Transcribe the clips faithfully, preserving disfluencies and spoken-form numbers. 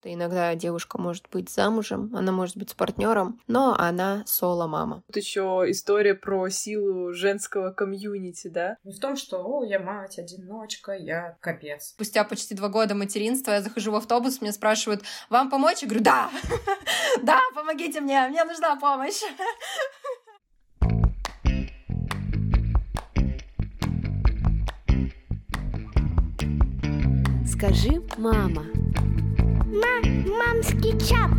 Иногда девушка может быть замужем, она может быть с партнером, но она соло-мама. Тут еще история про силу женского комьюнити, да? В том, что о, я мать, одиночка, я капец. Спустя почти два года материнства я захожу в автобус, меня спрашивают: вам помочь? Я говорю: да! Да, помогите мне, мне нужна помощь. Скажи, мама. Мамский чат.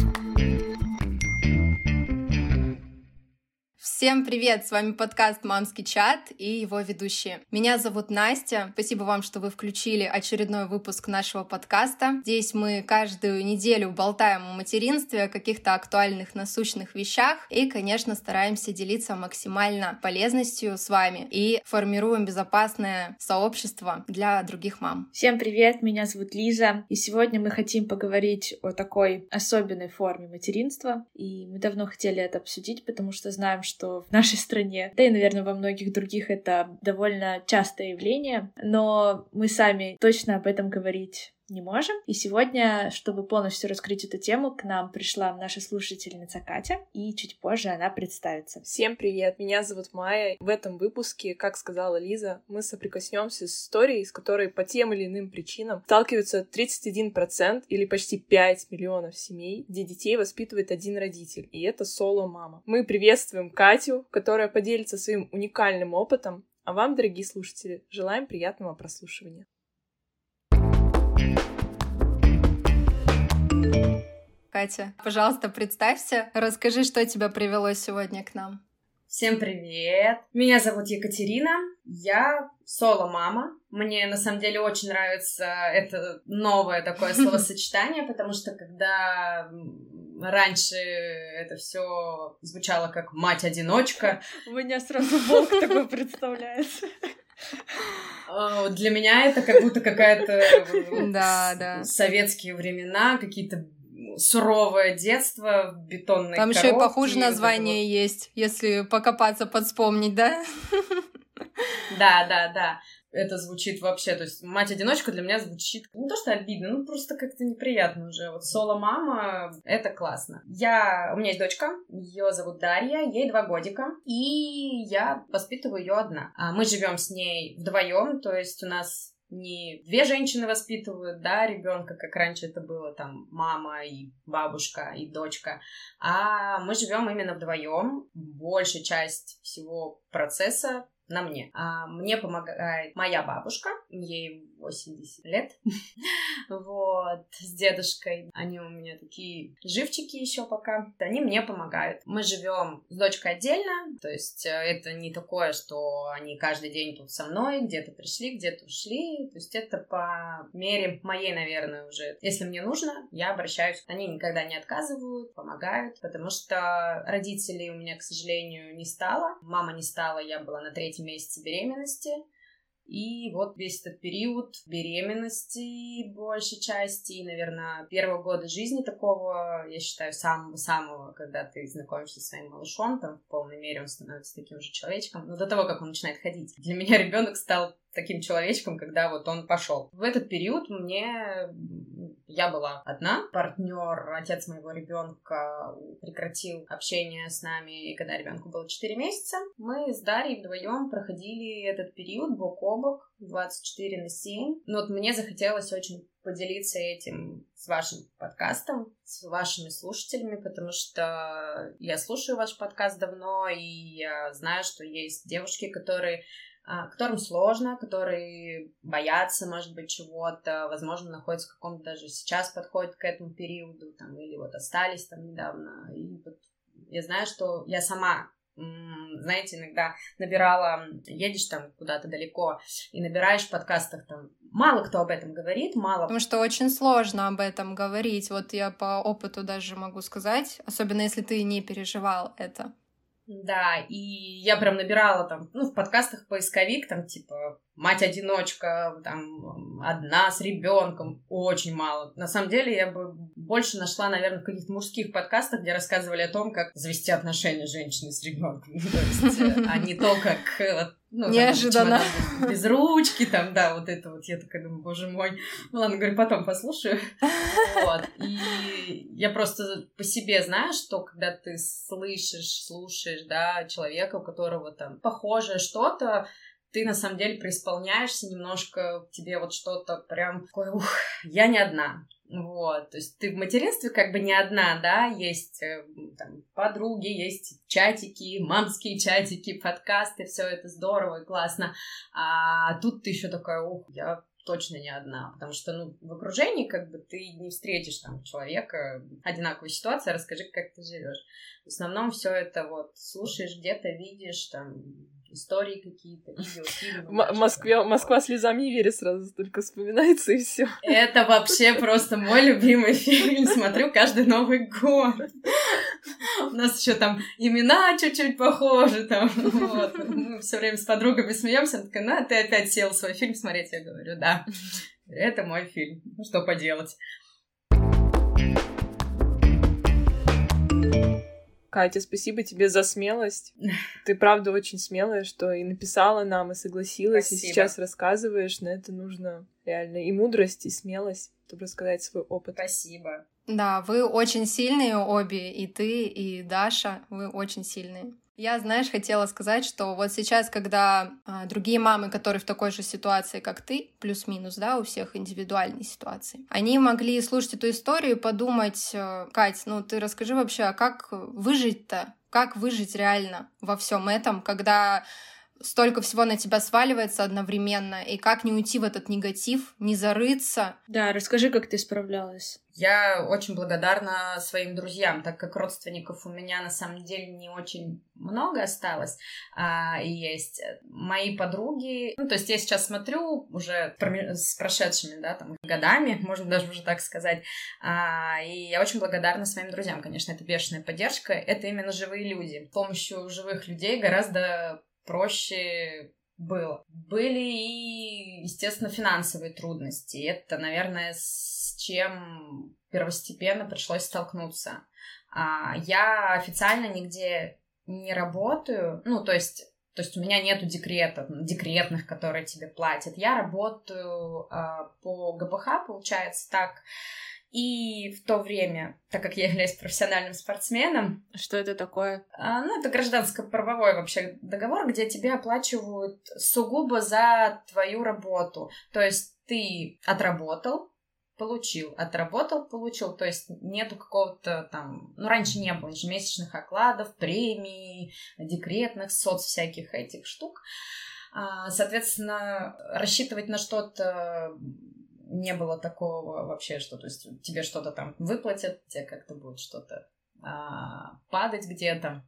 Всем привет! С вами подкаст «Мамский чат» и его ведущие. Меня зовут Настя. Спасибо вам, что вы включили очередной выпуск нашего подкаста. Здесь мы каждую неделю болтаем о материнстве, о каких-то актуальных насущных вещах и, конечно, стараемся делиться максимально полезностью с вами и формируем безопасное сообщество для других мам. Всем привет! Меня зовут Лиза, и сегодня мы хотим поговорить о такой особенной форме материнства. И мы давно хотели это обсудить, потому что знаем, что в нашей стране, да и, наверное, во многих других это довольно частое явление, но мы сами точно об этом говорить не можем. И сегодня, чтобы полностью раскрыть эту тему, к нам пришла наша слушательница Катя, и чуть позже она представится. Всем привет, меня зовут Майя. В этом выпуске, как сказала Лиза, мы соприкоснемся с историей, с которой по тем или иным причинам сталкиваются тридцать один процент или почти пять миллионов семей, где детей воспитывает один родитель, и это соло-мама. Мы приветствуем Катю, которая поделится своим уникальным опытом, а вам, дорогие слушатели, желаем приятного прослушивания. Катя, пожалуйста, представься, расскажи, что тебя привело сегодня к нам. Всем привет! Меня зовут Екатерина, я соло-мама. Мне, на самом деле, очень нравится это новое такое словосочетание, потому что когда раньше это все звучало как «мать-одиночка», у меня сразу волк такой представляется. Для меня это как будто какая-то да, да. советские времена, какие-то суровое детство в бетонной Там коробке. Там еще и похуже название вот есть, если покопаться, подвспомнить, да? Да, да, да. Это звучит вообще, то есть мать-одиночка для меня звучит не то, что обидно, ну просто как-то неприятно уже. Вот соло-мама — это классно. Я... У меня есть дочка, ее зовут Дарья, ей два годика, и я воспитываю ее одна. А мы живем с ней вдвоем, то есть у нас не две женщины воспитывают, да, ребенка, как раньше это было, там, мама и бабушка и дочка, а мы живем именно вдвоем. Большая часть всего процесса на мне. А мне помогает моя бабушка, ей восемьдесят лет, вот, с дедушкой. Они у меня такие живчики еще пока. Они мне помогают. Мы живем с дочкой отдельно, то есть это не такое, что они каждый день тут со мной, где-то пришли, где-то ушли. То есть это по мере моей, наверное, уже. Если мне нужно, я обращаюсь. Они никогда не отказывают, помогают, потому что родителей у меня, к сожалению, не стало. Мама не стала, я была на третьем месяце беременности. И вот весь этот период беременности, большей части, и, наверное, первого года жизни такого, я считаю, самого-самого, когда ты знакомишься со своим малышом, там в полной мере он становится таким же человечком, но до того, как он начинает ходить. Для меня ребенок стал таким человечком, когда вот он пошел. В этот период мне... Я была одна. Партнер, отец моего ребенка, прекратил общение с нами, когда ребенку было четыре месяца. Мы с Дарьей вдвоем проходили этот период бок о бок, двадцать четыре на семь. Но вот мне захотелось очень поделиться этим с вашим подкастом, с вашими слушателями, потому что я слушаю ваш подкаст давно, и я знаю, что есть девушки, которые... которым сложно, которые боятся, может быть, чего-то, возможно, находятся в каком-то даже сейчас подходят к этому периоду, там, или вот остались там недавно. И вот я знаю, что я сама, знаете, иногда набирала, едешь там куда-то далеко и набираешь в подкастах там, мало кто об этом говорит, мало... Потому что очень сложно об этом говорить, вот я по опыту даже могу сказать, особенно если ты не переживал это. Да, и я прям набирала там, ну, в подкастах поисковик, там, типа, мать-одиночка, там, одна с ребенком, очень мало. На самом деле, я бы больше нашла, наверное, в каких-то мужских подкастах, где рассказывали о том, как завести отношения женщины с ребенком. То есть, а не то, как... Ну, неожиданно. Там, без ручки, там, да, вот это вот. Я такая думаю, боже мой. Ну, ладно, говорю, потом послушаю. Вот. И я просто по себе знаю, что когда ты слышишь, слушаешь, да, человека, у которого там похожее что-то, ты на самом деле преисполняешься немножко, тебе вот что-то прям такое, ух, я не одна. Вот, то есть ты в материнстве как бы не одна, да, есть там подруги, есть чатики, мамские чатики, подкасты, все это здорово и классно, а тут ты еще такая, ух, я точно не одна, потому что, ну, в окружении как бы ты не встретишь там человека, одинаковая ситуация, расскажи, как ты живешь. В основном все это вот слушаешь где-то, видишь, там, истории какие-то, видео, фильмы. М- Москве, Москва слезам не верит, сразу только вспоминается, и все. Это вообще просто мой любимый фильм. Смотрю каждый Новый год. У нас еще там имена чуть-чуть похожи. Там, вот. Мы все время с подругами смеемся. Она такая, ну, ты опять сел свой фильм смотреть. Я говорю, да, это мой фильм. Ну, что поделать. Катя, спасибо тебе за смелость. Ты, правда, очень смелая, что и написала нам, и согласилась, Спасибо. и сейчас рассказываешь. На это нужно реально и мудрость, и смелость, чтобы рассказать свой опыт. Спасибо. Да, вы очень сильные обе, и ты, и Даша, вы очень сильные. Я, знаешь, хотела сказать, что вот сейчас, когда а, другие мамы, которые в такой же ситуации, как ты, плюс-минус, да, у всех индивидуальные ситуации, они могли слушать эту историю и подумать, Кать, ну ты расскажи вообще, а как выжить-то? Как выжить реально во всем этом, когда столько всего на тебя сваливается одновременно, и как не уйти в этот негатив, не зарыться? Да, расскажи, как ты справлялась. Я очень благодарна своим друзьям, так как родственников у меня на самом деле не очень много осталось, а, и есть мои подруги. Ну, то есть я сейчас смотрю уже с прошедшими, да, там, годами, можно даже уже так сказать, а, и я очень благодарна своим друзьям, конечно, это бешеная поддержка, это именно живые люди. С помощью живых людей гораздо проще было. Были и, естественно, финансовые трудности. Это, наверное, с чем первостепенно пришлось столкнуться. А, я официально нигде не работаю, ну, то есть, то есть у меня нету декретов, декретных, которые тебе платят. Я работаю а, по ГПХ, получается так. И в то время, так как я являюсь профессиональным спортсменом... Что это такое? А, ну, это гражданско-правовой вообще договор, где тебе оплачивают сугубо за твою работу. То есть ты отработал, получил, отработал, получил. То есть нету какого-то там... Ну, раньше не было ежемесячных окладов, премий, декретных, соц всяких этих штук. А, соответственно, рассчитывать на что-то... Не было такого вообще, что то есть тебе что-то там выплатят, тебе как-то будет что-то а, падать где-то.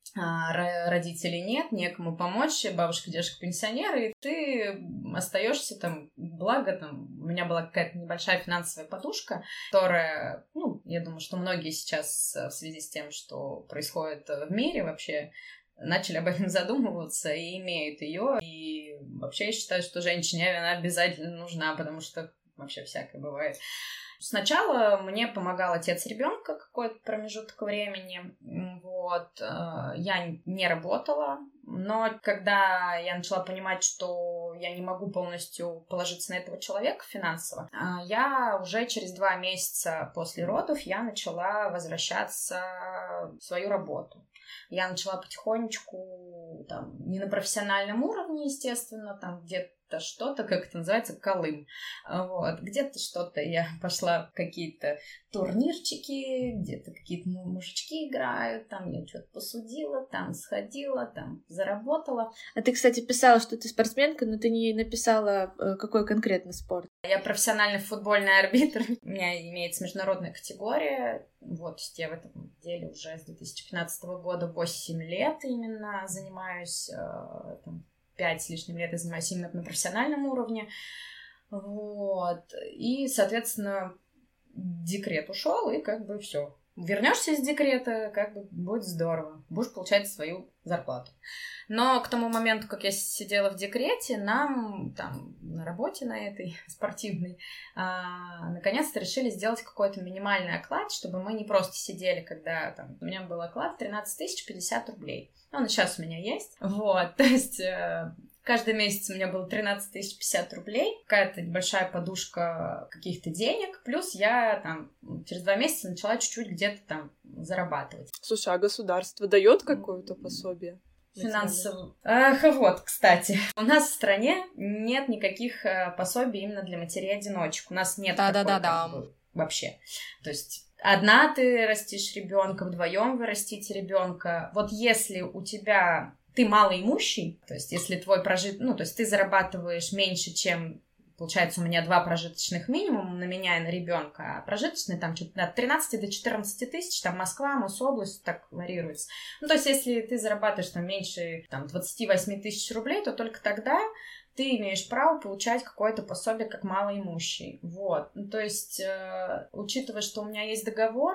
А, родителей нет, некому помочь, бабушка, дедушка, пенсионеры, и ты остаешься там, благо там, у меня была какая-то небольшая финансовая подушка, которая, ну, я думаю, что многие сейчас в связи с тем, что происходит в мире вообще, начали об этом задумываться и имеют ее. И вообще я считаю, что женщине она обязательно нужна, потому что вообще всякое бывает. Сначала мне помогал отец ребенка какой-то промежуток времени. Вот. Я не работала, но когда я начала понимать, что я не могу полностью положиться на этого человека финансово, я уже через два месяца после родов я начала возвращаться в свою работу. Я начала потихонечку, там, не на профессиональном уровне, естественно, там где-то что-то, как это называется, Колым. Вот. Где-то что-то я пошла в какие-то турнирчики, где-то какие-то мужички играют, там я что-то посудила, там сходила, там заработала. А ты, кстати, писала, что ты спортсменка, но ты не написала, какой конкретно спорт. Я профессиональный футбольный арбитр. У меня имеется международная категория. Вот, то есть я в этом деле уже с две тысячи пятнадцатого года восемь лет именно занимаюсь, там, пять с лишним лет я занимаюсь именно на профессиональном уровне. Вот. И, соответственно, декрет ушел, и как бы все. вернешься из декрета, как бы будет здорово, будешь получать свою зарплату. Но к тому моменту, как я сидела в декрете, нам там на работе на этой спортивной а, наконец-то решили сделать какой-то минимальный оклад, чтобы мы не просто сидели, когда там у меня был оклад тринадцать тысяч пятьдесят рублей. Он и сейчас у меня есть. Вот, то есть э, каждый месяц у меня было тринадцать тысяч пятьдесят рублей, какая-то небольшая подушка каких-то денег, плюс я там через два месяца начала чуть-чуть где-то там зарабатывать. Слушай, а государство дает какое-то пособие? Финансово. Ах, вот, кстати, у нас в стране нет никаких э, пособий именно для матерей-одиночек. У нас нет такой, Да-да-да-да. как бы, вообще. То есть одна ты растишь ребенка, вдвоем вы растите ребенка. Вот если у тебя ты малоимущий, то есть если твой прожит, ну, то есть ты зарабатываешь меньше, чем получается, у меня два прожиточных минимума на меня и на ребенка, а прожиточные там что-то от тринадцати до четырнадцати тысяч, там Москва, Мособласть, так варьируется. Ну, то есть, если ты зарабатываешь там меньше там двадцати восьми тысяч рублей, то только тогда ты имеешь право получать какое-то пособие как малоимущий. Вот. Ну, то есть, э, учитывая, что у меня есть договор,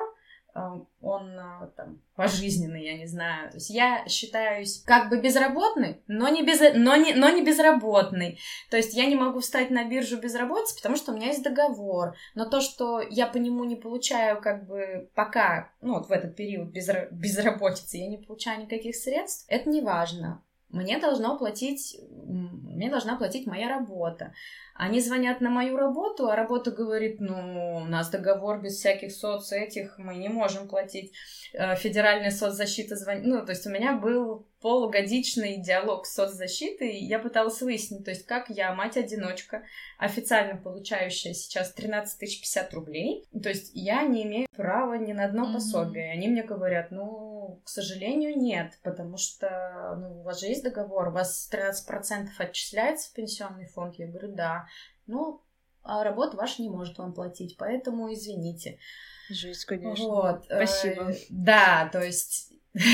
он там пожизненный, я не знаю. То есть я считаюсь как бы безработной, но не, без, но, не, но не безработной. То есть я не могу встать на биржу безработицы, потому что у меня есть договор. Но то, что я по нему не получаю как бы пока, ну вот в этот период безра- безработицы, я не получаю никаких средств, это не важно. Мне должно платить, мне должна платить моя работа. Они звонят на мою работу, а работа говорит, ну, у нас договор без всяких соц этих, мы не можем платить. Федеральная соцзащита звонит. Ну, то есть у меня был полугодичный диалог с соцзащитой, и я пыталась выяснить, то есть как я, мать-одиночка, официально получающая сейчас тринадцать тысяч пятьдесят рублей, то есть я не имею права ни на одно mm-hmm. пособие. И они мне говорят, ну, к сожалению, нет, потому что ну, у вас же есть договор, у вас тринадцать процентов отчисляется в пенсионный фонд. Я говорю, да. Ну, а работа ваша не может вам платить, поэтому извините. Жесть, конечно. Вот. Спасибо. Э, да, то есть...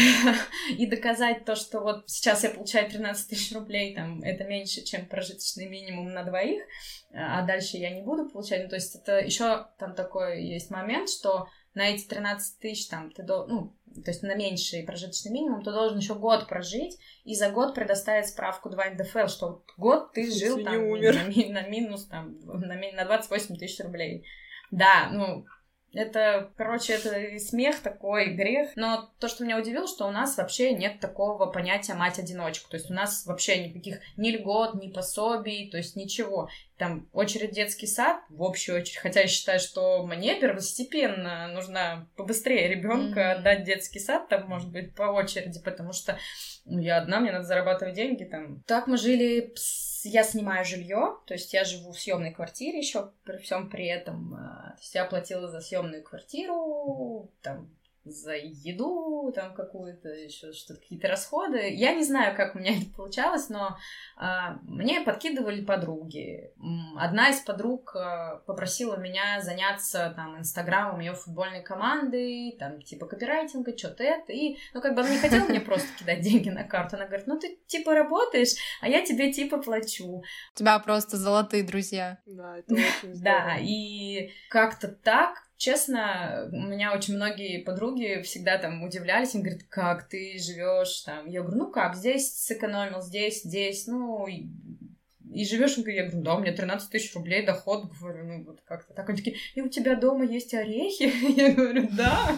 И доказать то, что вот сейчас я получаю тринадцать тысяч рублей, там, это меньше, чем прожиточный минимум на двоих, а дальше я не буду получать. Ну, то есть это еще там такой есть момент, что на эти тринадцать тысяч, там, ты до... ну, то есть на меньший прожиточный минимум, ты должен еще год прожить и за год предоставить справку два эн дэ эф эл, что год ты жил ты там на, на минус, там, на, на двадцать восемь тысяч рублей. Да, ну... Это, короче, это и смех такой, грех. Но то, что меня удивило, что у нас вообще нет такого понятия мать-одиночка. То есть у нас вообще никаких ни льгот, ни пособий, то есть ничего. Там очередь детский сад, в общую очередь. Хотя я считаю, что мне первостепенно нужно побыстрее ребенка mm-hmm. отдать в детский сад, там, может быть, по очереди, потому что ну, я одна, мне надо зарабатывать деньги там. Так мы жили, я снимаю жилье, то есть я живу в съемной квартире еще при всем при этом. То есть я платила за съемную квартиру, там, за еду, там, какую-то еще что-то, какие-то расходы. Я не знаю, как у меня это получалось, но а, мне подкидывали подруги. Одна из подруг а, попросила меня заняться, там, инстаграмом ее футбольной команды, там, типа, копирайтинга, что-то это, и, ну, как бы она не хотела мне просто кидать деньги на карту, она говорит, ну, ты, типа, работаешь, а я тебе, типа, плачу. У тебя просто золотые друзья. Да, это очень здорово. Да, и как-то так. Честно, у меня очень многие подруги всегда там удивлялись, им говорят, как ты живешь там. Я говорю, ну как, здесь сэкономил, здесь, здесь, ну и, и живешь. Я говорю, да, у меня тринадцать тысяч рублей доход, говорю, ну вот как-то так. Они такие, и у тебя дома есть орехи? Я говорю, да.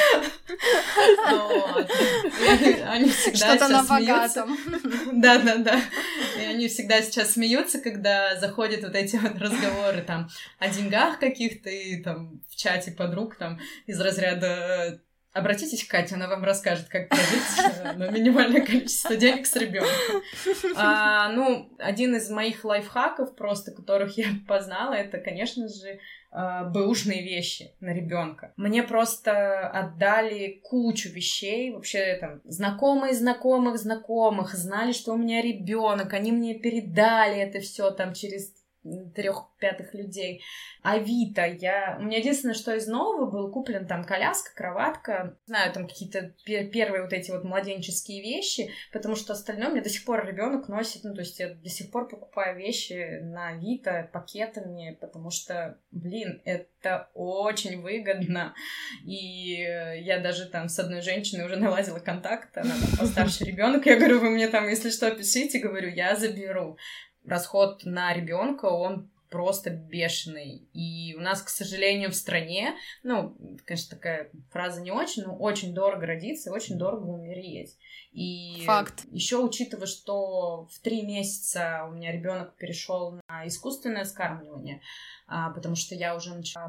Они всегда что-то на богатом. Да, да, да. И они всегда сейчас смеются, когда заходят вот эти вот разговоры там о деньгах каких-то и там в чате подруг там из разряда обратитесь к Кате, она вам расскажет, как прожить на минимальное количество денег с ребенком. А, ну, один из моих лайфхаков, просто которых я познала, это, конечно же, бэушные вещи на ребенка. Мне просто отдали кучу вещей, вообще там знакомые знакомых знакомых знали, что у меня ребенок, они мне передали это все там через трех пятых людей. Авито, я... У меня единственное, что из нового был куплен там коляска, кроватка, знаю, там какие-то пер- первые вот эти вот младенческие вещи, потому что остальное мне до сих пор ребенок носит, ну, то есть я до сих пор покупаю вещи на Авито пакетами, потому что, блин, это очень выгодно, и я даже там с одной женщиной уже наладила контакт, она там постарше ребенок, я говорю, вы мне там, если что, пишите, говорю, я заберу. Расход на ребенка, он просто бешеный. И у нас, к сожалению, в стране, ну, конечно, такая фраза не очень, но очень дорого родиться и очень дорого умереть. И Факт. Еще учитывая, что в три месяца у меня ребенок перешел на искусственное вскармливание, а, потому что я уже начала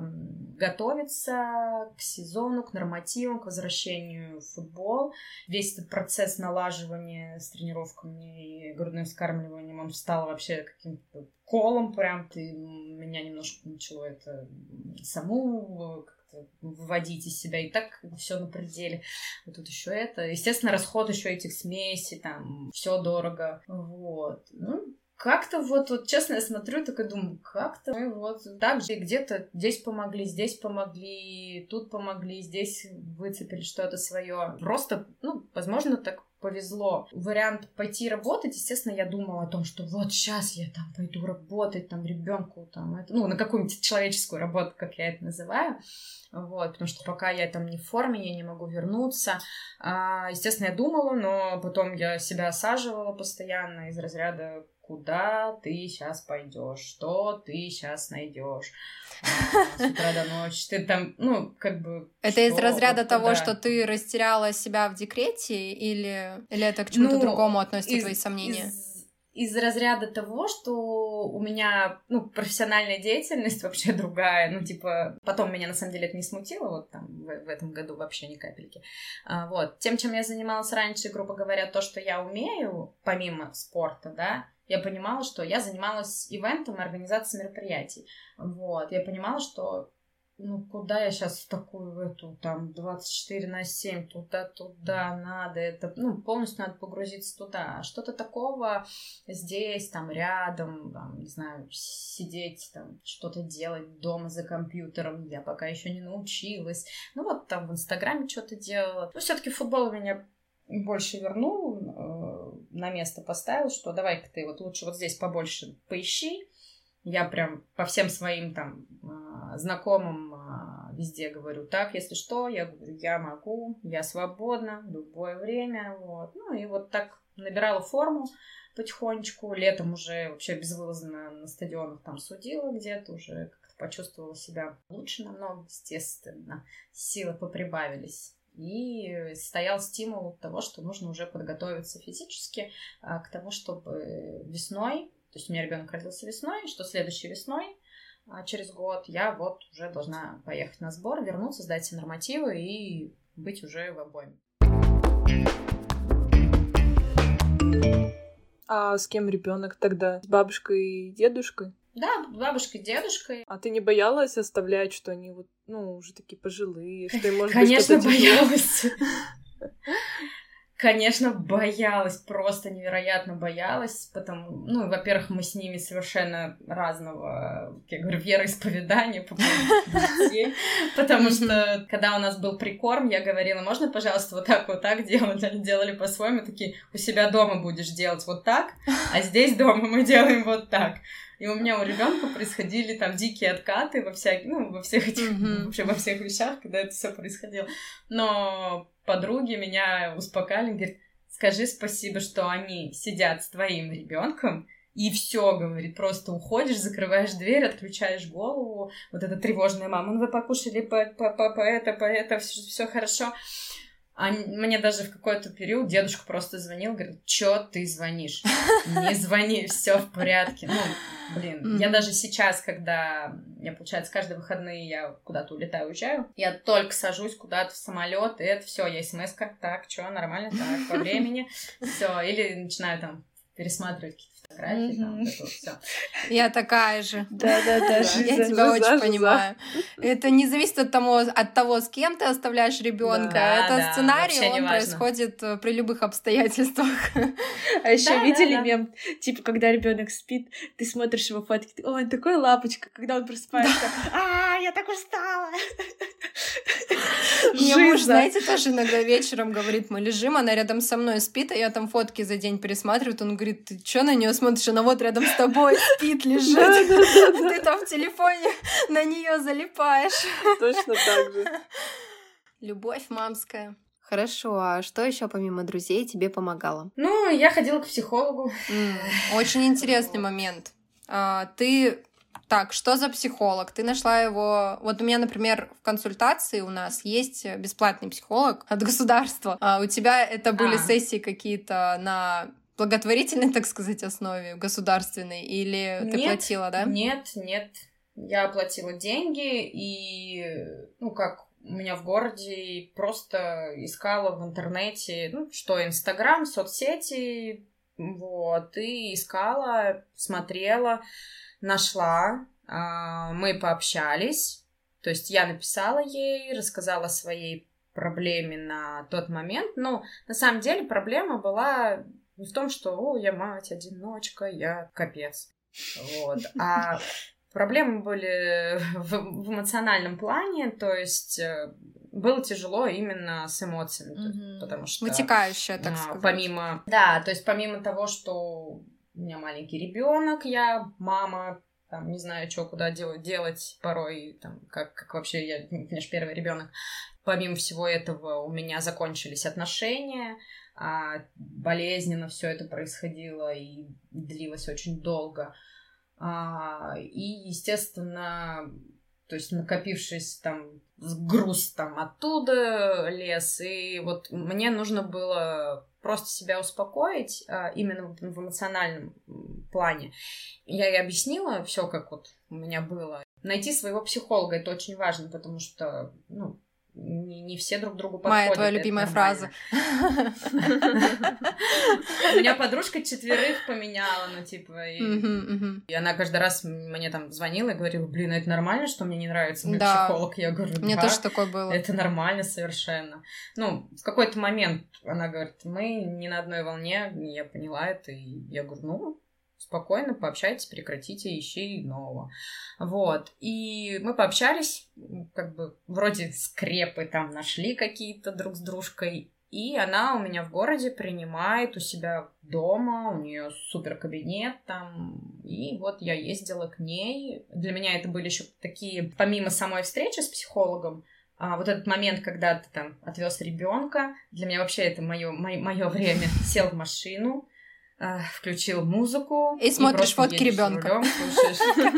готовиться к сезону, к нормативам, к возвращению в футбол. Весь этот процесс налаживания с тренировками и грудным вскармливанием, он стал вообще каким-то колом прям. Ты, меня немножко начало это саму выводить из себя, и так все на пределе. А тут еще это. Естественно, расход еще этих смесей, там, все дорого. Вот. Ну, как-то вот, вот, честно, я смотрю, так и думаю, как-то мы вот так же где-то здесь помогли, здесь помогли, тут помогли, здесь выцепили что-то свое. Просто, ну, возможно, так повезло. Вариант пойти работать, естественно, я думала о том, что вот сейчас я там пойду работать, там, ребенку, там, это, ну, на какую-нибудь человеческую работу, как я это называю, вот, потому что пока я там не в форме, я не могу вернуться. А, естественно, я думала, но потом я себя осаживала постоянно из разряда: куда ты сейчас пойдешь, что ты сейчас найдешь а, с утра до ночи, ты там, ну, как бы... Это из разряда вот, того, да. что ты растеряла себя в декрете, или, или это к чему-то ну, другому относятся из, твои сомнения? Из, из разряда того, что у меня, ну, профессиональная деятельность вообще другая, ну, типа, потом меня, на самом деле, это не смутило, вот там, в, в этом году вообще ни капельки, а, вот, тем, чем я занималась раньше, грубо говоря, то, что я умею, помимо спорта, да, я понимала, что я занималась ивентом и организацией мероприятий. Вот. Я понимала, что ну, куда я сейчас в такую эту, там, двадцать четыре на семь, туда-туда надо, это, ну, полностью надо погрузиться туда. А что-то такого здесь, там, рядом, там, не знаю, сидеть, там, что-то делать дома за компьютером, я пока еще не научилась. Ну, вот там в Инстаграме что-то делала. Но все-таки футбол меня больше вернул, э, на место поставил, что давай-ка ты вот лучше вот здесь побольше поищи. Я прям по всем своим там э, знакомым э, везде говорю так, если что, я говорю, я могу, я свободна в любое время, вот. Ну и вот так набирала форму потихонечку, летом уже вообще безвылазно на стадионах там судила где-то, уже как-то почувствовала себя лучше намного, естественно, силы поприбавились. И стоял стимул того, что нужно уже подготовиться физически а, к тому, чтобы весной, то есть у меня ребенок родился весной, что следующей весной, а, через год, я вот уже должна поехать на сбор, вернуться, сдать все нормативы и быть уже в обойме. А с кем ребенок тогда? С бабушкой и дедушкой? Да, бабушкой, дедушкой. А ты не боялась оставлять, что они вот, ну, уже такие пожилые, что им может Конечно, быть что-то тяжело? боялась. Конечно, боялась, просто невероятно боялась, потому, ну, во-первых, мы с ними совершенно разного, как я говорю, вероисповедания по поводу детей, потому что, когда у нас был прикорм, я говорила, можно, пожалуйста, вот так, вот так делать, они делали по-своему, такие, у себя дома будешь делать вот так, а здесь дома мы делаем вот так. И у меня у ребенка происходили там дикие откаты во всяких, ну, во всех этих, mm-hmm. вообще во всех вещах, когда это все происходило. Но подруги меня успокаивали, говорят, скажи спасибо, что они сидят с твоим ребенком, и все, говорит, просто уходишь, закрываешь дверь, отключаешь голову, вот эта тревожная мама, ну вы покушали по, по, по, по это, по это, все хорошо. А мне даже в какой-то период дедушка просто звонил, говорит, чё ты звонишь? Не звони, все в порядке. Ну, блин, mm-hmm. я даже сейчас, когда, я, получается, каждые выходные я куда-то улетаю, уезжаю, я только сажусь куда-то в самолет, и это все, я смс-ка, так, чё, нормально, так, по времени, все, или начинаю там пересматривать какие-то фотографии, там, вот это вот всё. Я такая же. Да-да-да, Я Жиза. тебя очень Жиза, понимаю. Это не зависит от того, от того, с кем ты оставляешь ребенка. Да, Это да, сценарий, вообще не он важно. происходит э, при любых обстоятельствах. А еще Да, видели да, да. мем, типа, когда ребенок спит, ты смотришь его фотки, ты, ой, он такой лапочка, когда он просыпается, а, я так устала. Мне муж, Жиза. знаете, тоже иногда вечером говорит, мы лежим, она рядом со мной спит, а я там фотки за день пересматриваю, он говорит, ты чё на нее смотришь? Она вот рядом с тобой спит, лежит, а ты там в телефоне на нее залипаешь. Точно так же. Любовь мамская. Хорошо, а что еще помимо друзей тебе помогало? Ну, я ходила к психологу. М, Очень интересный момент. А, Ты... Так, что за психолог? Ты нашла его... Вот у меня, например, в консультации у нас есть бесплатный психолог от государства. А у тебя это были А. сессии какие-то на благотворительной, так сказать, основе государственной? Или ты Нет, платила, да? Нет, нет. Я оплатила деньги и, ну, как у меня в городе, просто искала в интернете, ну, что, Инстаграм, соцсети, вот, и искала, смотрела, нашла, а, мы пообщались, то есть я написала ей, рассказала о своей проблеме на тот момент, но на самом деле проблема была не в том, что, о, я мать, одиночка, я капец, вот, а проблемы были в, в эмоциональном плане, то есть э, было тяжело именно с эмоциями, Мгм. потому что... Вытекающая, так а, сказать. Помимо... Да, то есть помимо того, что у меня маленький ребенок, я мама, там, не знаю, что, куда делать, делать порой, там, как, как вообще я, у меня же первый ребенок. Помимо всего этого у меня закончились отношения, а, болезненно все это происходило и длилось очень долго. А, и, естественно, то есть накопившись там груз там оттуда лез, и вот мне нужно было просто себя успокоить а, именно в, в эмоциональном плане. Я ей объяснила все, как вот у меня было. Найти своего психолога — это очень важно, потому что, ну, не, не все друг другу подходят. Моя твоя это любимая нормально. фраза. У меня подружка четверых поменяла, ну, типа, и... Мгм, мгм. И она каждый раз мне там звонила и говорила, блин, это нормально, что мне не нравится мой Да. психолог? Я говорю, Мне да, тоже такое было. это нормально совершенно. Ну, в какой-то момент она говорит, мы не на одной волне, я поняла это, и я говорю, ну, спокойно пообщайтесь, прекратите, ищи нового. Вот. И мы пообщались, как бы вроде скрепы там нашли какие-то друг с дружкой. И она у меня в городе принимает у себя дома, у нее супер кабинет там. И вот я ездила к ней. Для меня это были еще такие, помимо самой встречи с психологом, а, вот этот момент, когда ты там отвез ребенка, для меня вообще это мое, мое время. Сел в машину, а, включил музыку. И смотришь просто фотки едешь ребенка. рулем, слушаешь.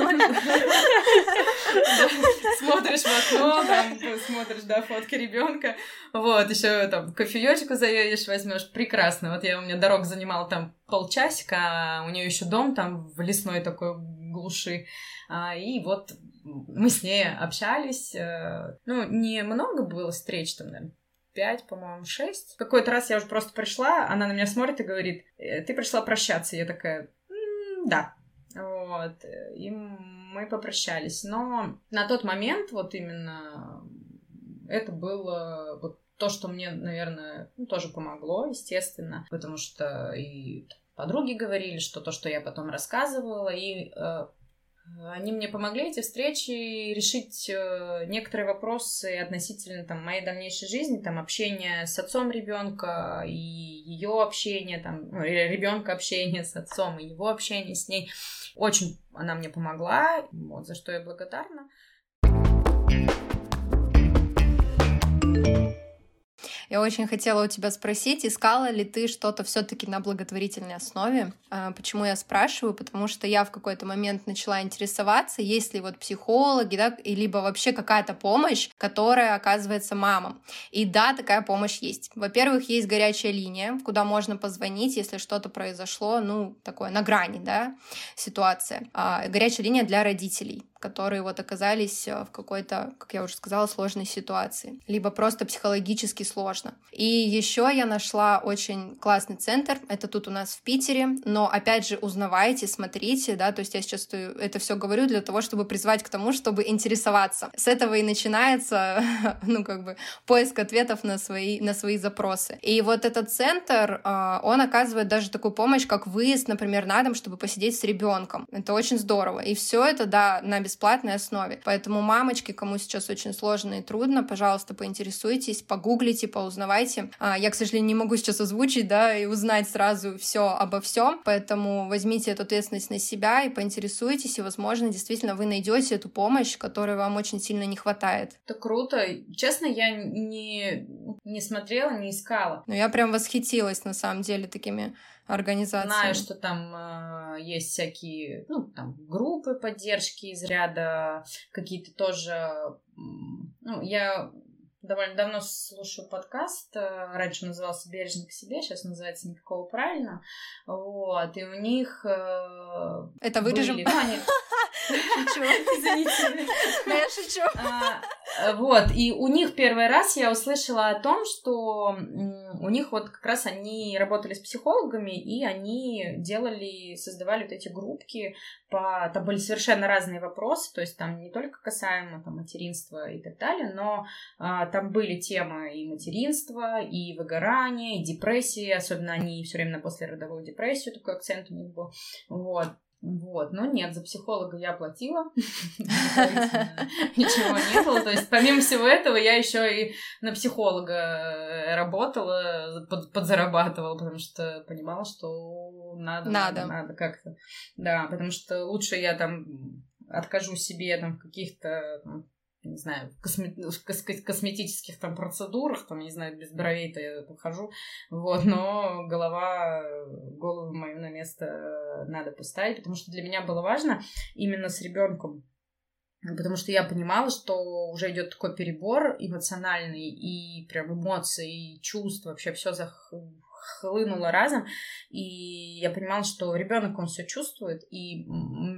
Смотришь в окно, там, смотришь, да, фотки ребенка. Вот, еще там кофеечку заедешь, возьмешь. Прекрасно. Вот я, у меня дорога занимала там полчасика, а у нее еще дом там в лесной такой глуши. А, и вот мы с ней общались. Ну, не много было встреч там, наверное, пять, по-моему, шесть. В какой-то раз я уже просто пришла, она на меня смотрит и говорит, ты пришла прощаться. Я такая, м-м, да. Вот. И мы попрощались. Но на тот момент вот именно это было вот то, что мне, наверное, ну, тоже помогло, естественно. Потому что и подруги говорили, что то, что я потом рассказывала, и э, они мне помогли, эти встречи, решить э, некоторые вопросы относительно там, моей дальнейшей жизни, там, общения с отцом ребенка и ее общение, там, ну, ребенка общение с отцом и его общение с ней. Очень она мне помогла, вот, за что я благодарна. Я очень хотела у тебя спросить, искала ли ты что-то все-таки на благотворительной основе? Почему я спрашиваю? Потому что я в какой-то момент начала интересоваться, есть ли вот психологи, да, и либо вообще какая-то помощь, которая оказывается мамам. И да, такая помощь есть. Во-первых, есть горячая линия, куда можно позвонить, если что-то произошло, ну, такое на грани, да, ситуация. Горячая линия для родителей, которые вот оказались в какой-то, как я уже сказала, сложной ситуации, либо просто психологически сложно. И еще я нашла очень классный центр, это тут у нас в Питере, но опять же узнавайте, смотрите, да, то есть я сейчас это все говорю для того, чтобы призвать к тому, чтобы интересоваться. С этого и начинается, ну, как бы, поиск ответов на свои, на свои запросы. И вот этот центр, он оказывает даже такую помощь, как выезд, например, на дом, чтобы посидеть с ребенком. Это очень здорово. И все это, да, на бесплатной основе. Поэтому, мамочки, кому сейчас очень сложно и трудно, пожалуйста, поинтересуйтесь, погуглите, поузнавайте. Я, к сожалению, не могу сейчас озвучить, да, и узнать сразу все обо всем, поэтому возьмите эту ответственность на себя и поинтересуйтесь, и, возможно, действительно вы найдете эту помощь, которой вам очень сильно не хватает. Это круто. Честно, я не, не смотрела, не искала. Но я прям восхитилась, на самом деле, такими организациями. Знаю, что там э, есть всякие, ну, там, группы поддержки из ряда, какие-то тоже... Ну, я... довольно давно слушаю подкаст, раньше назывался «Бережно к себе», сейчас называется «Никакого правильно», вот, и у них... Э, Это вырежем? Были... Ну, они... Шучу, извините. Но я шучу. Вот, и у них первый раз я услышала о том, что у них вот как раз они работали с психологами, и они делали, создавали вот эти группки, по... там были совершенно разные вопросы, то есть там не только касаемо там, материнства и так далее, но а, там были темы и материнства, и выгорания, и депрессии, особенно они все время на послеродовую депрессию, такой акцент у них был, вот. Вот, но нет, за психолога я платила, ничего не было, то есть помимо всего этого я еще и на психолога работала, под, подзарабатывала, потому что понимала, что надо, надо, надо, надо как-то, да, потому что лучше я там откажу себе там в каких-то, там, не знаю, в косме... кос- косметических там процедурах, там, не знаю, без бровей-то я хожу, вот, но голова, голову мою на место надо поставить, потому что для меня было важно именно с ребенком, потому что я понимала, что уже идет такой перебор эмоциональный, и прям эмоции, и чувства, вообще все захлынуло разом, и я понимала, что ребенок, он все чувствует, и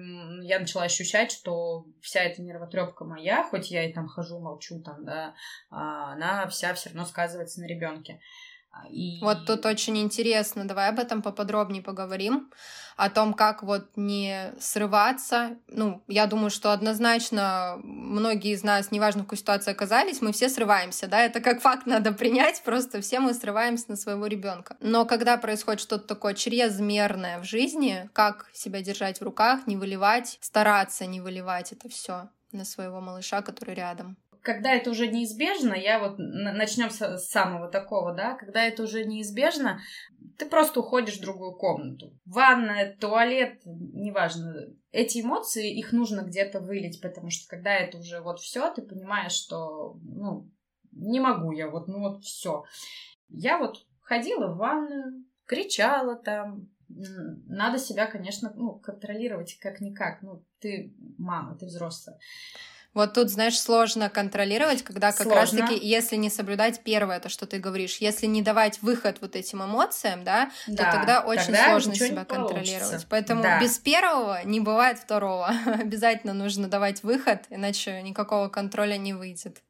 я начала ощущать, что вся эта нервотрепка моя, хоть я и там хожу, молчу там, да, она вся все равно сказывается на ребенке. И... Вот тут очень интересно, давай об этом поподробнее поговорим, о том, как вот не срываться. Ну, я думаю, что однозначно многие из нас, неважно, в какой ситуации оказались, мы все срываемся, да, это как факт надо принять, просто все мы срываемся на своего ребенка. Но когда происходит что-то такое чрезмерное в жизни, как себя держать в руках, не выливать, стараться не выливать это все на своего малыша, который рядом. Когда это уже неизбежно, я вот начнем с самого такого, да, когда это уже неизбежно, ты просто уходишь в другую комнату. Ванная, туалет, неважно. Эти эмоции, их нужно где-то вылить, потому что когда это уже вот все, ты понимаешь, что, ну, не могу я, вот, ну вот все. Я вот ходила в ванную, кричала там. Надо себя, конечно, ну, контролировать как-никак. Ну, ты мама, ты взрослая. Вот тут, знаешь, сложно контролировать, когда как Сложно. раз-таки, если не соблюдать первое, то, что ты говоришь, если не давать выход вот этим эмоциям, да, да, то тогда очень тогда сложно себя контролировать. Поэтому да. без первого не бывает второго. Обязательно нужно давать выход, иначе никакого контроля не выйдет.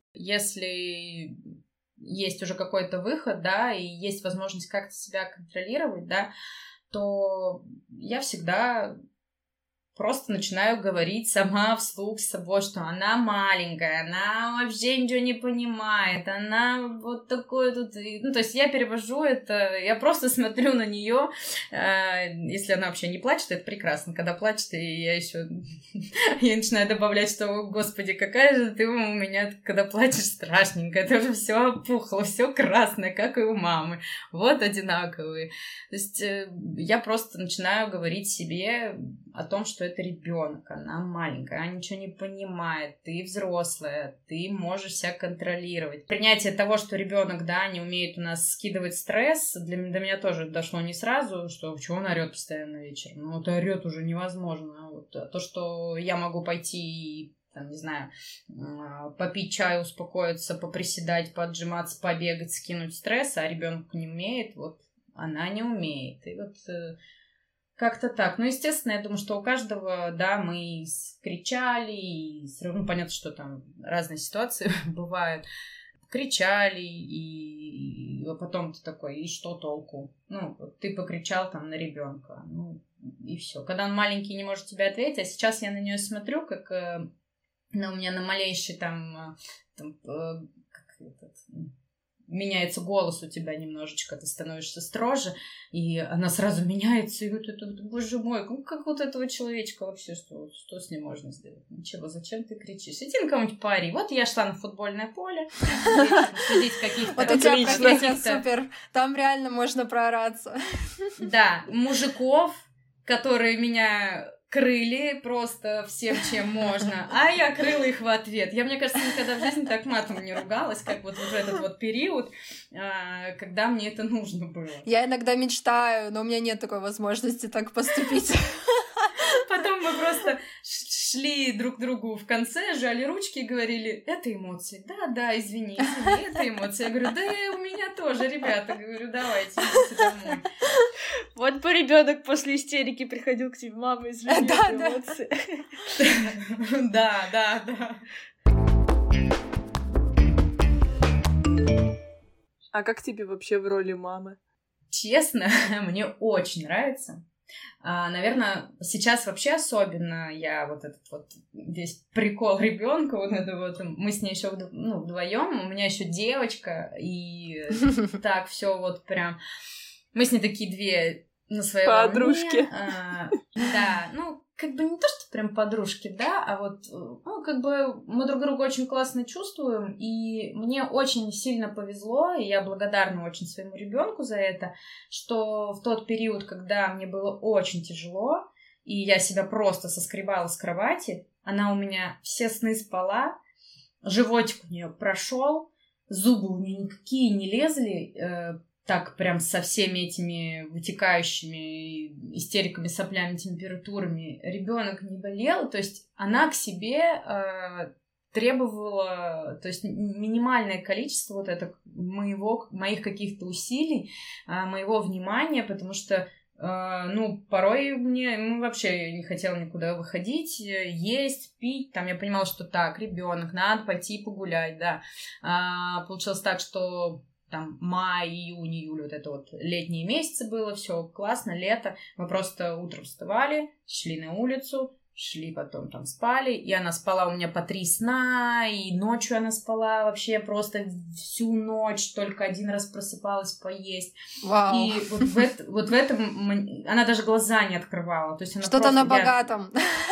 Если есть уже какой-то выход, да, и есть возможность как-то себя контролировать, да, то я всегда... просто начинаю говорить сама вслух с собой, что она маленькая, она вообще ничего не понимает, она вот такой тут... Ну, то есть я перевожу это, я просто смотрю на нее, э, если она вообще не плачет, это прекрасно. Когда плачет, и я еще я начинаю добавлять, что, господи, какая же ты у меня, когда плачешь, страшненькая, это уже все опухло, все красное, как и у мамы, вот одинаковые. То есть э, я просто начинаю говорить себе о том, что это ребенок, она маленькая, она ничего не понимает, ты взрослая, ты можешь себя контролировать. Принятие того, что ребенок, да, не умеет у нас скидывать стресс, для, до меня тоже дошло не сразу, что чего он орет постоянно вечером. Ну, это орет уже невозможно. Вот, то, что я могу пойти и там, не знаю, попить чай, успокоиться, поприседать, поотжиматься, побегать, скинуть стресс, а ребенок не умеет, вот она не умеет. И вот Как-то так. Ну, естественно, я думаю, что у каждого, да, мы кричали, и ну, понятно, что там разные ситуации бывают. Кричали, и... и потом ты такой, и что толку? Ну, ты покричал там на ребенка, ну, и все. Когда он маленький, не может тебе ответить, а сейчас я на нее смотрю, как ну, у меня на малейший там, там как этот... меняется голос у тебя немножечко, ты становишься строже, и она сразу меняется, и вот это, боже мой, ну как вот этого человечка вообще, что, что с ним можно сделать? Ничего, зачем ты кричишь? Иди на кого-нибудь пари. Вот я шла на футбольное поле, следить каких-то... Вот у тебя профессия супер, там реально можно проораться. Да, мужиков, которые меня... крыли просто всем, чем можно, а я крыла их в ответ. Я, мне кажется, никогда в жизни так матом не ругалась, как вот в этот вот период, когда мне это нужно было. Я иногда мечтаю, но у меня нет такой возможности так поступить. Потом мы просто шли друг к другу в конце, жали ручки и говорили, это эмоции. Да, да, извини, извини, это эмоции. Я говорю, да у меня тоже, ребята. Говорю, давайте, идите домой. Вот бы ребенок после истерики приходил к тебе, мама, извини, это эмоции. Да, да, да. А как тебе вообще в роли мамы? Честно, мне очень нравится. А, наверное, сейчас вообще особенно я вот этот вот весь прикол ребенка, вот это вот, мы с ней еще ну, вдвоем, у меня еще девочка, и так все вот прям, мы с ней такие две на своей подружки. А, да, ну, как бы не то, что прям подружки, да, а вот, ну, как бы мы друг друга очень классно чувствуем, и мне очень сильно повезло, и я благодарна очень своему ребенку за это, что в тот период, когда мне было очень тяжело, и я себя просто соскребала с кровати, она у меня все сны спала, животик у нее прошел, зубы у нее никакие не лезли, э, так прям со всеми этими вытекающими истериками, соплями, температурами. Ребенок не болел, то есть она к себе э, требовала, то есть минимальное количество вот это моего, моих каких-то усилий, э, моего внимания, потому что Uh, ну, порой мне ну, вообще не хотела никуда выходить, есть, пить. Там я понимала, что так, ребенок, надо пойти погулять, да. Uh, получилось так, что там май, июнь, июль, вот это вот летние месяцы было, все классно, лето. Мы просто утром вставали, шли на улицу, шли потом там спали, и она спала у меня по три сна, и ночью она спала вообще просто всю ночь, только один раз просыпалась поесть. Вау. И вот в, это, вот в этом она даже глаза не открывала. То есть она что-то на я... богатом.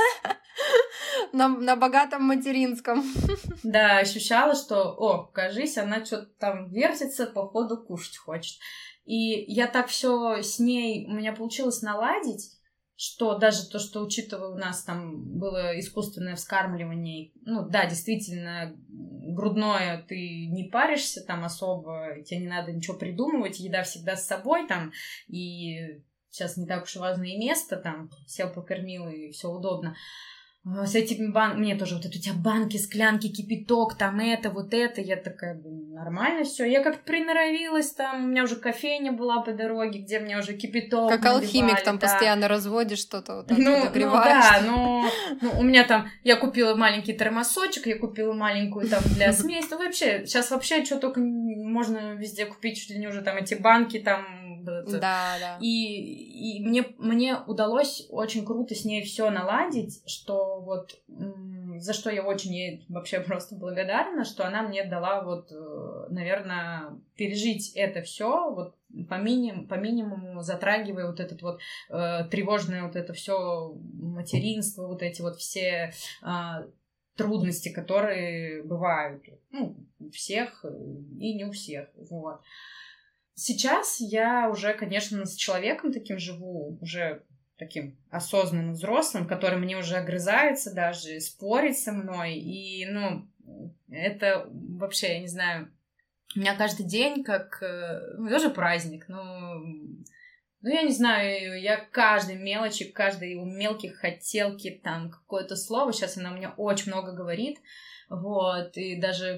На, на богатом материнском. Да, ощущала, что, о, кажись, она что-то там вертится, походу кушать хочет. И я так все с ней, у меня получилось наладить, что даже то, что, учитывая, у нас там было искусственное вскармливание, ну да, действительно, грудное ты не паришься там особо, тебе не надо ничего придумывать, еда всегда с собой там, и сейчас не так уж и важное место, там, сел, покормил, и все удобно. С этими банками, мне тоже вот это у тебя банки, склянки, кипяток, там это, вот это, я такая, нормально все. Я как-то приноровилась там, у меня уже кофейня была по дороге, где мне уже кипяток как наливали, алхимик, там да. Постоянно разводишь что-то, вот так ну, подогреваешь. Ну да, но ну, у меня там, я купила маленький термосочек, я купила маленькую там для смеси, ну вообще, сейчас вообще что только можно везде купить, чуть ли не уже там эти банки там. Это. Да, да. И, и мне, мне удалось очень круто с ней все наладить, что вот м- за что я очень ей вообще просто благодарна, что она мне дала вот, наверное, пережить это все вот по, миним, по минимуму, затрагивая вот этот вот э, тревожное вот это все материнство, вот эти вот все э, трудности, которые бывают, ну, у всех и не у всех, вот. Сейчас я уже, конечно, с человеком таким живу, уже таким осознанным взрослым, который мне уже огрызается даже, спорит со мной. И, ну, это вообще, я не знаю, у меня каждый день как... Ну, тоже праздник, но... Ну, я не знаю, я каждой мелочи, каждой у мелких хотелки, там, какое-то слово, сейчас она у меня очень много говорит, вот, и даже...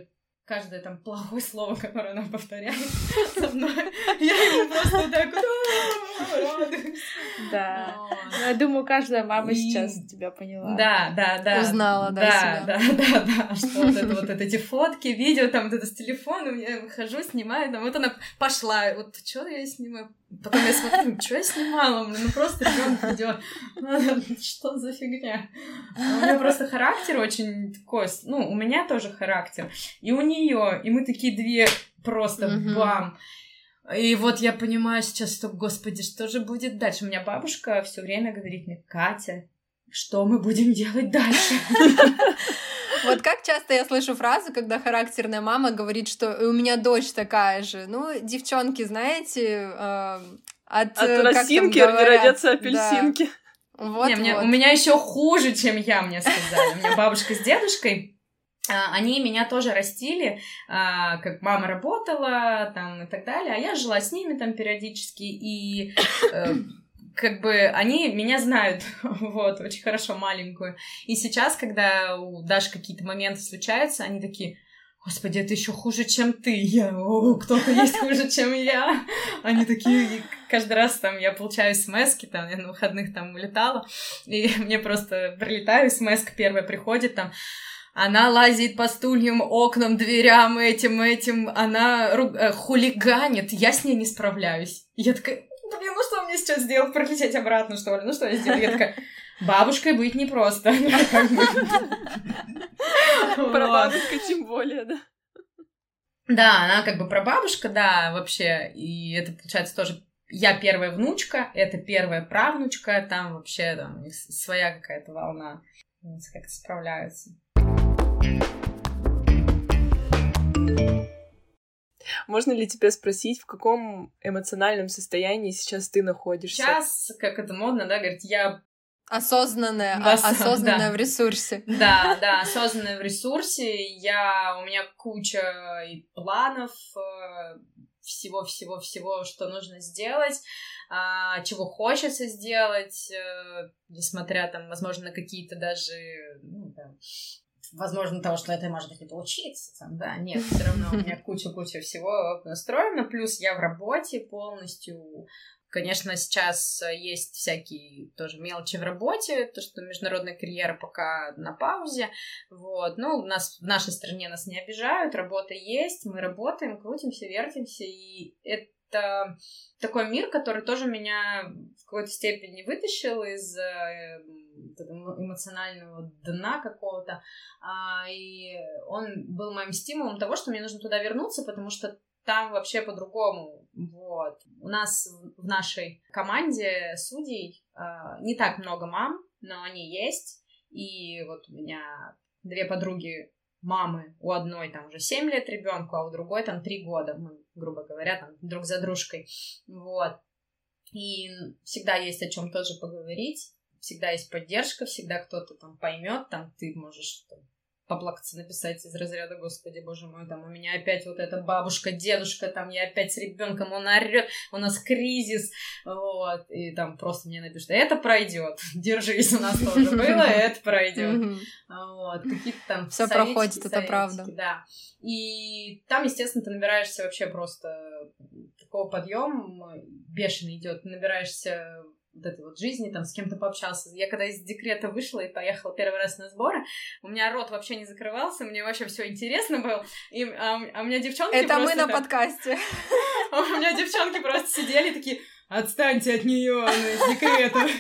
каждое там плохое слово, которое она повторяет со мной, я ему просто вот так вот радуюсь. Да. Я думаю, каждая мама сейчас тебя поняла. Да, да, да. Узнала, да, себя. Да, да, да, да. Что вот это вот эти фотки, видео, там вот это с телефоном, я выхожу, снимаю, там вот она пошла, вот что я снимаю? Потом я смотрю, что я снимала, ну просто ребенок идет. Что за фигня? У меня просто характер очень такой, ну, у меня тоже характер, и у нее, и мы такие две просто mm-hmm. бам. И вот я понимаю сейчас, что, господи, что же будет дальше? У меня бабушка все время говорит мне: Катя, что мы будем делать дальше? Вот как часто я слышу фразу, когда характерная мама говорит, что у меня дочь такая же. Ну, девчонки, знаете, э, от... От росинки не родятся апельсинки. Да. Вот, не, мне, вот. У меня еще хуже, чем я, мне сказали. У меня бабушка с дедушкой, они меня тоже растили, как мама работала там и так далее, а я жила с ними там периодически, и... как бы они меня знают, вот, очень хорошо, маленькую. И сейчас, когда у Даши какие-то моменты случаются, они такие: господи, это еще хуже, чем ты. Я: о, кто-то есть хуже, чем я. Они такие, и каждый раз там я получаю смс-ки, там, я на выходных там улетала, и мне просто прилетаю, смс-ка первая приходит, там: она лазит по стульям, окнам, дверям, этим, этим, она ру... э, хулиганит, я с ней не справляюсь. И я такая: блин, ну что мне сейчас сделать? Пролететь обратно, что ли? Ну что я сделаю? Я такая: бабушкой быть непросто. Прабабушка тем более, да. Да, она как бы прабабушка, да, вообще. И это, получается, тоже я первая внучка, это первая правнучка. Там вообще там у них своя какая-то волна. Как-то справляются. Можно ли тебя спросить, в каком эмоциональном состоянии сейчас ты находишься? Сейчас, как это модно, да, говорить, я... Осознанная, Вас... осознанная да. в ресурсе. Да, да, осознанная в ресурсе. Я... У меня куча и планов, всего-всего-всего, что нужно сделать, чего хочется сделать, несмотря, там, возможно, на какие-то даже... Ну, да, возможно, того, что это может быть не получится, там, да, нет, все равно у меня куча-куча всего настроено, плюс я в работе полностью. Конечно, сейчас есть всякие тоже мелочи в работе, то, что международная карьера пока на паузе, вот, ну, нас, в нашей стране нас не обижают, работа есть, мы работаем, крутимся, вертимся, и это такой мир, который тоже меня в какой-то степени вытащил из эмоционального дна какого-то, и он был моим стимулом того, что мне нужно туда вернуться, потому что там вообще по-другому, вот. У нас в нашей команде судей э, не так много мам, но они есть, и вот у меня две подруги мамы, у одной там уже семь лет ребенку, а у другой там три года, мы, грубо говоря, там друг за дружкой, вот. И всегда есть о чем тоже поговорить, всегда есть поддержка, всегда кто-то там поймет, там ты можешь... Там, поплакаться, написать из разряда: господи, боже мой, там у меня опять вот эта бабушка, дедушка, там я опять с ребенком, он орёт, у нас кризис, вот, и там просто мне напишут: это пройдет, держись, у нас тоже было, это пройдет, вот, какие-то там все проходит, это правда, да, и там, естественно, ты набираешься вообще просто такого подъема, бешеный идет, набираешься вот этой вот жизни, там, с кем-то пообщался. Я когда из декрета вышла и поехала первый раз на сборы, у меня рот вообще не закрывался, мне вообще все интересно было, и, а, а у меня девчонки это просто... мы на так... подкасте. А у меня девчонки просто сидели такие: отстаньте от нее, она из декрета.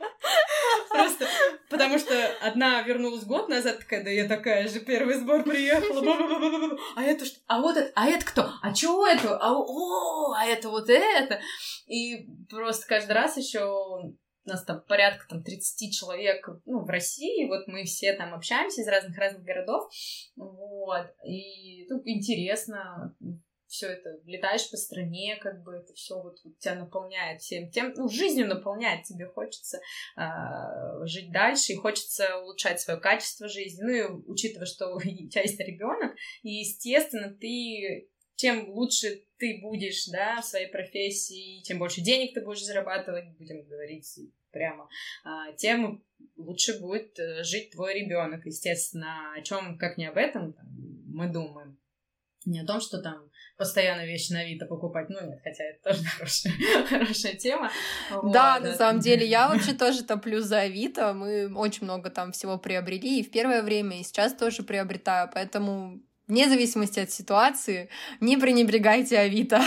Просто потому что одна вернулась год назад, такая: да я такая же, первый сбор приехала, а это что? А вот это, а это кто? А чё это? А, о, а это вот это? И просто каждый раз еще у нас там порядка там тридцать человек, ну, в России, вот мы все там общаемся из разных-разных городов, вот, и ну, интересно, все это, летаешь по стране, как бы это все вот, вот тебя наполняет всем тем, ну, жизнью наполняет, тебе хочется э, жить дальше, и хочется улучшать свое качество жизни, ну, и учитывая, что у тебя есть ребенок, и, естественно, ты, чем лучше ты будешь, да, в своей профессии, тем больше денег ты будешь зарабатывать, будем говорить прямо, э, тем лучше будет жить твой ребенок, естественно, о чем, как не об этом, там, мы думаем. Не о том, что там постоянно вещи на Авито покупать. Ну, нет, хотя это тоже хорошая, хорошая тема. Вот, да, на самом деле, я вообще тоже топлю за Авито. Мы очень много там всего приобрели и в первое время, и сейчас тоже приобретаю. Поэтому, вне зависимости от ситуации, не пренебрегайте Авито.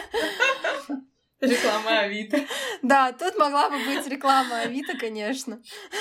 Реклама Авито. Да, тут могла бы быть реклама Авито, конечно.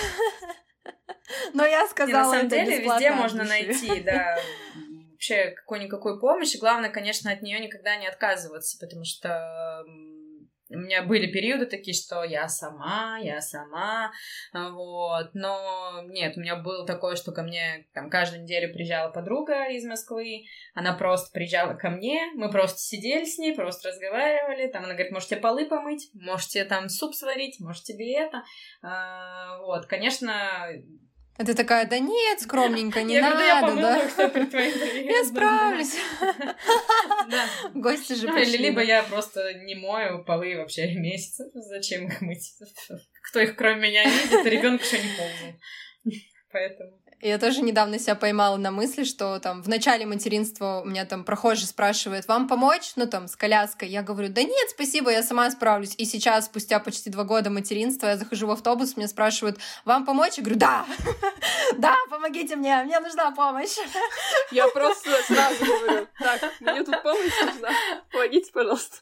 Но я сказала, это бесплатно. На самом деле, везде можно найти, да, вообще какой-никакой помощи. Главное, конечно, от нее никогда не отказываться, потому что у меня были периоды такие, что я сама, я сама, вот, но нет, у меня было такое, что ко мне там каждую неделю приезжала подруга из Москвы, она просто приезжала ко мне, мы просто сидели с ней, просто разговаривали, там она говорит, можете полы помыть, можете там суп сварить, можете тебе это, а, вот, конечно... А ты такая, да нет, скромненько, не я надо, говорю, я помыла, да? Все перед твоим приездом. Я справлюсь. Гости же пришли. Либо я просто не мою полы вообще месяц. Зачем их мыть? Кто их кроме меня видит? Ребенок еще не ползал. Поэтому... Я тоже недавно себя поймала на мысли, что там в начале материнства у меня там прохожий спрашивает, вам помочь? Ну там с коляской. Я говорю, да нет, спасибо, я сама справлюсь. И сейчас, спустя почти два года материнства, я захожу в автобус, меня спрашивают, вам помочь? Я говорю, да, да, помогите мне, мне нужна помощь. Я просто сразу говорю, так, мне тут помощь нужна, помогите, пожалуйста.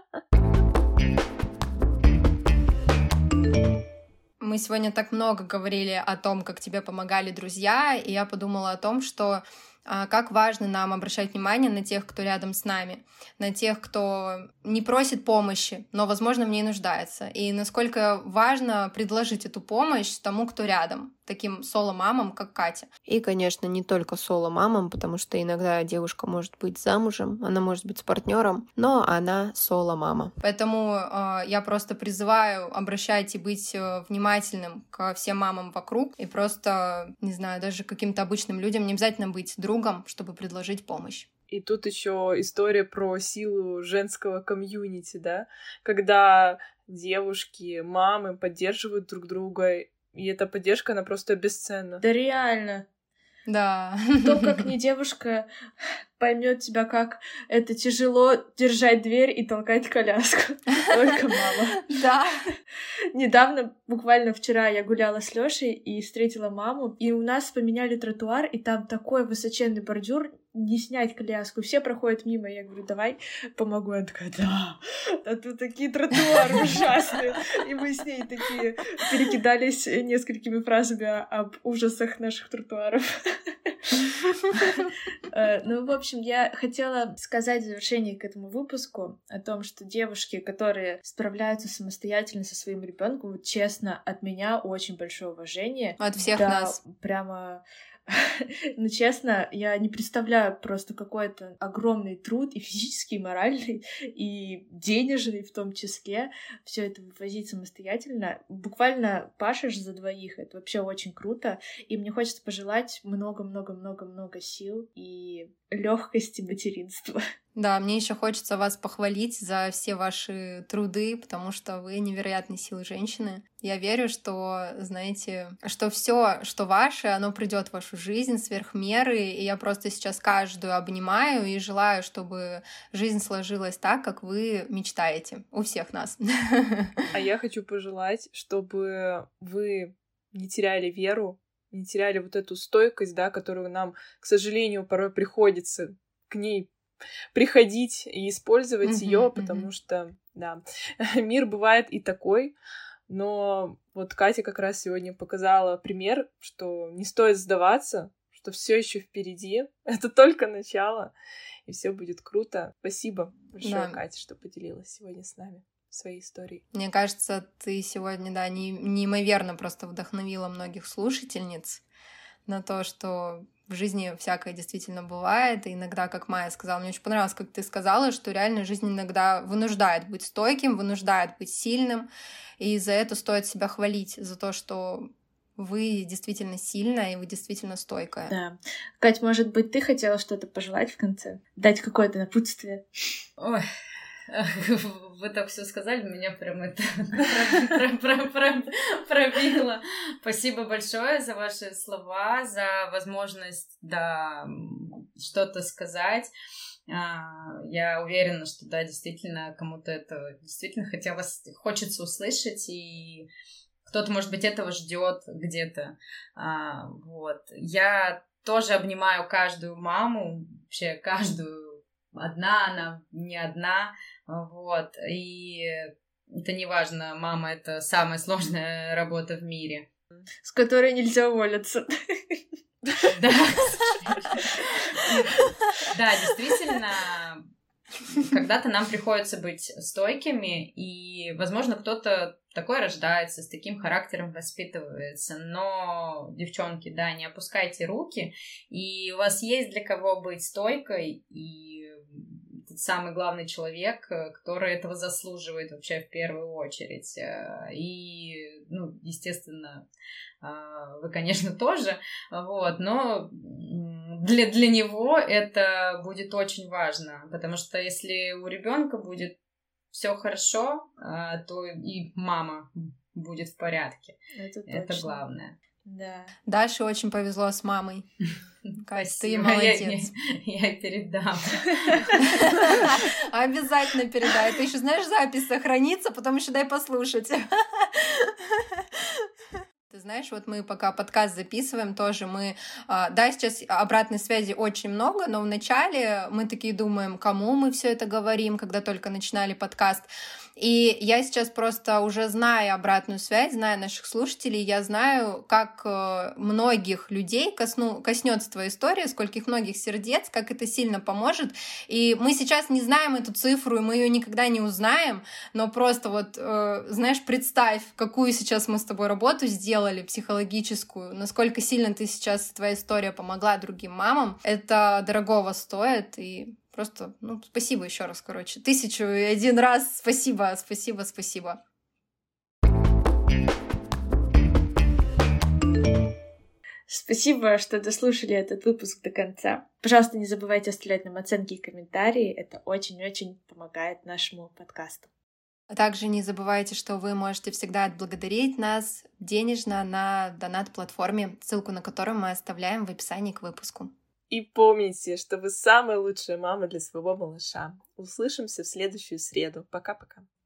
Мы сегодня так много говорили о том, как тебе помогали друзья, и я подумала о том, что а, как важно нам обращать внимание на тех, кто рядом с нами, на тех, кто не просит помощи, но, возможно, в ней нуждается, и насколько важно предложить эту помощь тому, кто рядом, таким соло-мамам, как Катя. И, конечно, не только соло-мамам, потому что иногда девушка может быть замужем, она может быть с партнером, но она соло-мама. Поэтому э, я просто призываю обращать и быть э, внимательным ко всем мамам вокруг, и просто, не знаю, даже каким-то обычным людям не обязательно быть другом, чтобы предложить помощь. И тут еще история про силу женского комьюнити, да, когда девушки, мамы поддерживают друг друга, и эта поддержка, она просто бесценна. Да реально. Да. Кто, как не девушка, поймет тебя, как это тяжело держать дверь и толкать коляску. Только мама. Да. Недавно, буквально вчера, я гуляла с Лёшей и встретила маму, и у нас поменяли тротуар, и там такой высоченный бордюр, не снять коляску. Все проходят мимо, я говорю, давай помогу. Она такая, да, а тут такие тротуары ужасные. И мы с ней такие перекидались несколькими фразами об ужасах наших тротуаров. Ну, в общем, я хотела сказать в завершении к этому выпуску о том, что девушки, которые справляются самостоятельно со своим ребенком, вот честно, от меня очень большое уважение. От всех да, нас. Прямо... Ну, честно, я не представляю просто какой-то огромный труд, и физический, и моральный, и денежный в том числе, все это вывозить самостоятельно. Буквально пашешь за двоих, это вообще очень круто, и мне хочется пожелать много-много-много-много сил и легкости материнства. Да, мне еще хочется вас похвалить за все ваши труды, потому что вы невероятной силы женщины. Я верю, что, знаете, что все, что ваше, оно придет в вашу жизнь сверх меры, и я просто сейчас каждую обнимаю и желаю, чтобы жизнь сложилась так, как вы мечтаете. У всех нас. А я хочу пожелать, чтобы вы не теряли веру, не теряли вот эту стойкость, да, которую нам, к сожалению, порой приходится к ней приходить и использовать mm-hmm, ее, потому mm-hmm. что, да, мир бывает и такой, но вот Катя как раз сегодня показала пример, что не стоит сдаваться, что все еще впереди, это только начало, и все будет круто. Спасибо большое, да. Катя, что поделилась сегодня с нами своей историей. Мне кажется, ты сегодня, да, не, неимоверно просто вдохновила многих слушательниц на то, что в жизни всякое действительно бывает, и иногда, как Майя сказала, мне очень понравилось, как ты сказала, что реально жизнь иногда вынуждает быть стойким, вынуждает быть сильным, и за это стоит себя хвалить, за то, что вы действительно сильная, и вы действительно стойкая. Да. Кать, может быть, ты хотела что-то пожелать в конце? Дать какое-то напутствие? Ой, вы так все сказали, меня прям это пробило. Спасибо большое за ваши слова, за возможность, да, что-то сказать. Я уверена, что да, действительно, кому-то это действительно хотелось, хочется услышать, и кто-то, может быть, этого ждет где-то. Вот. Я тоже обнимаю каждую маму, вообще каждую. Одна она, не одна. Вот. И это не важно, мама — это самая сложная работа в мире. С которой нельзя уволиться. Да, да, действительно, когда-то нам приходится быть стойкими, и, возможно, кто-то такой рождается, с таким характером воспитывается, но, девчонки, да, не опускайте руки, и у вас есть для кого быть стойкой, и тот самый главный человек, который этого заслуживает вообще в первую очередь. И, ну, естественно, вы, конечно, тоже, вот, но для, для него это будет очень важно, потому что если у ребенка будет все хорошо, то и мама будет в порядке. Это, это главное. Да. Даше очень повезло с мамой. Кать, ты Спасибо. молодец. Я, я, я передам. Обязательно передай. Ты еще знаешь, запись сохранится, потом еще дай послушать. Ты знаешь, вот мы пока подкаст записываем, тоже мы... Да, сейчас обратной связи очень много, но вначале мы такие думаем, кому мы все это говорим, когда только начинали подкаст. И я сейчас просто уже зная обратную связь, зная наших слушателей, я знаю, как многих людей косну, коснется твоя история, скольких многих сердец, как это сильно поможет. И мы сейчас не знаем эту цифру, и мы ее никогда не узнаем, но просто вот, знаешь, представь, какую сейчас мы с тобой работу сделали, психологическую, насколько сильно ты сейчас, твоя история помогла другим мамам. Это дорогого стоит, и просто, ну, спасибо еще раз, короче. Тысячу и один раз спасибо, спасибо, спасибо. Спасибо, что дослушали этот выпуск до конца. Пожалуйста, не забывайте оставлять нам оценки и комментарии. Это очень-очень помогает нашему подкасту. А также не забывайте, что вы можете всегда отблагодарить нас денежно на донат-платформе, ссылку на которую мы оставляем в описании к выпуску. И помните, что вы самая лучшая мама для своего малыша. Услышимся в следующую среду. Пока-пока.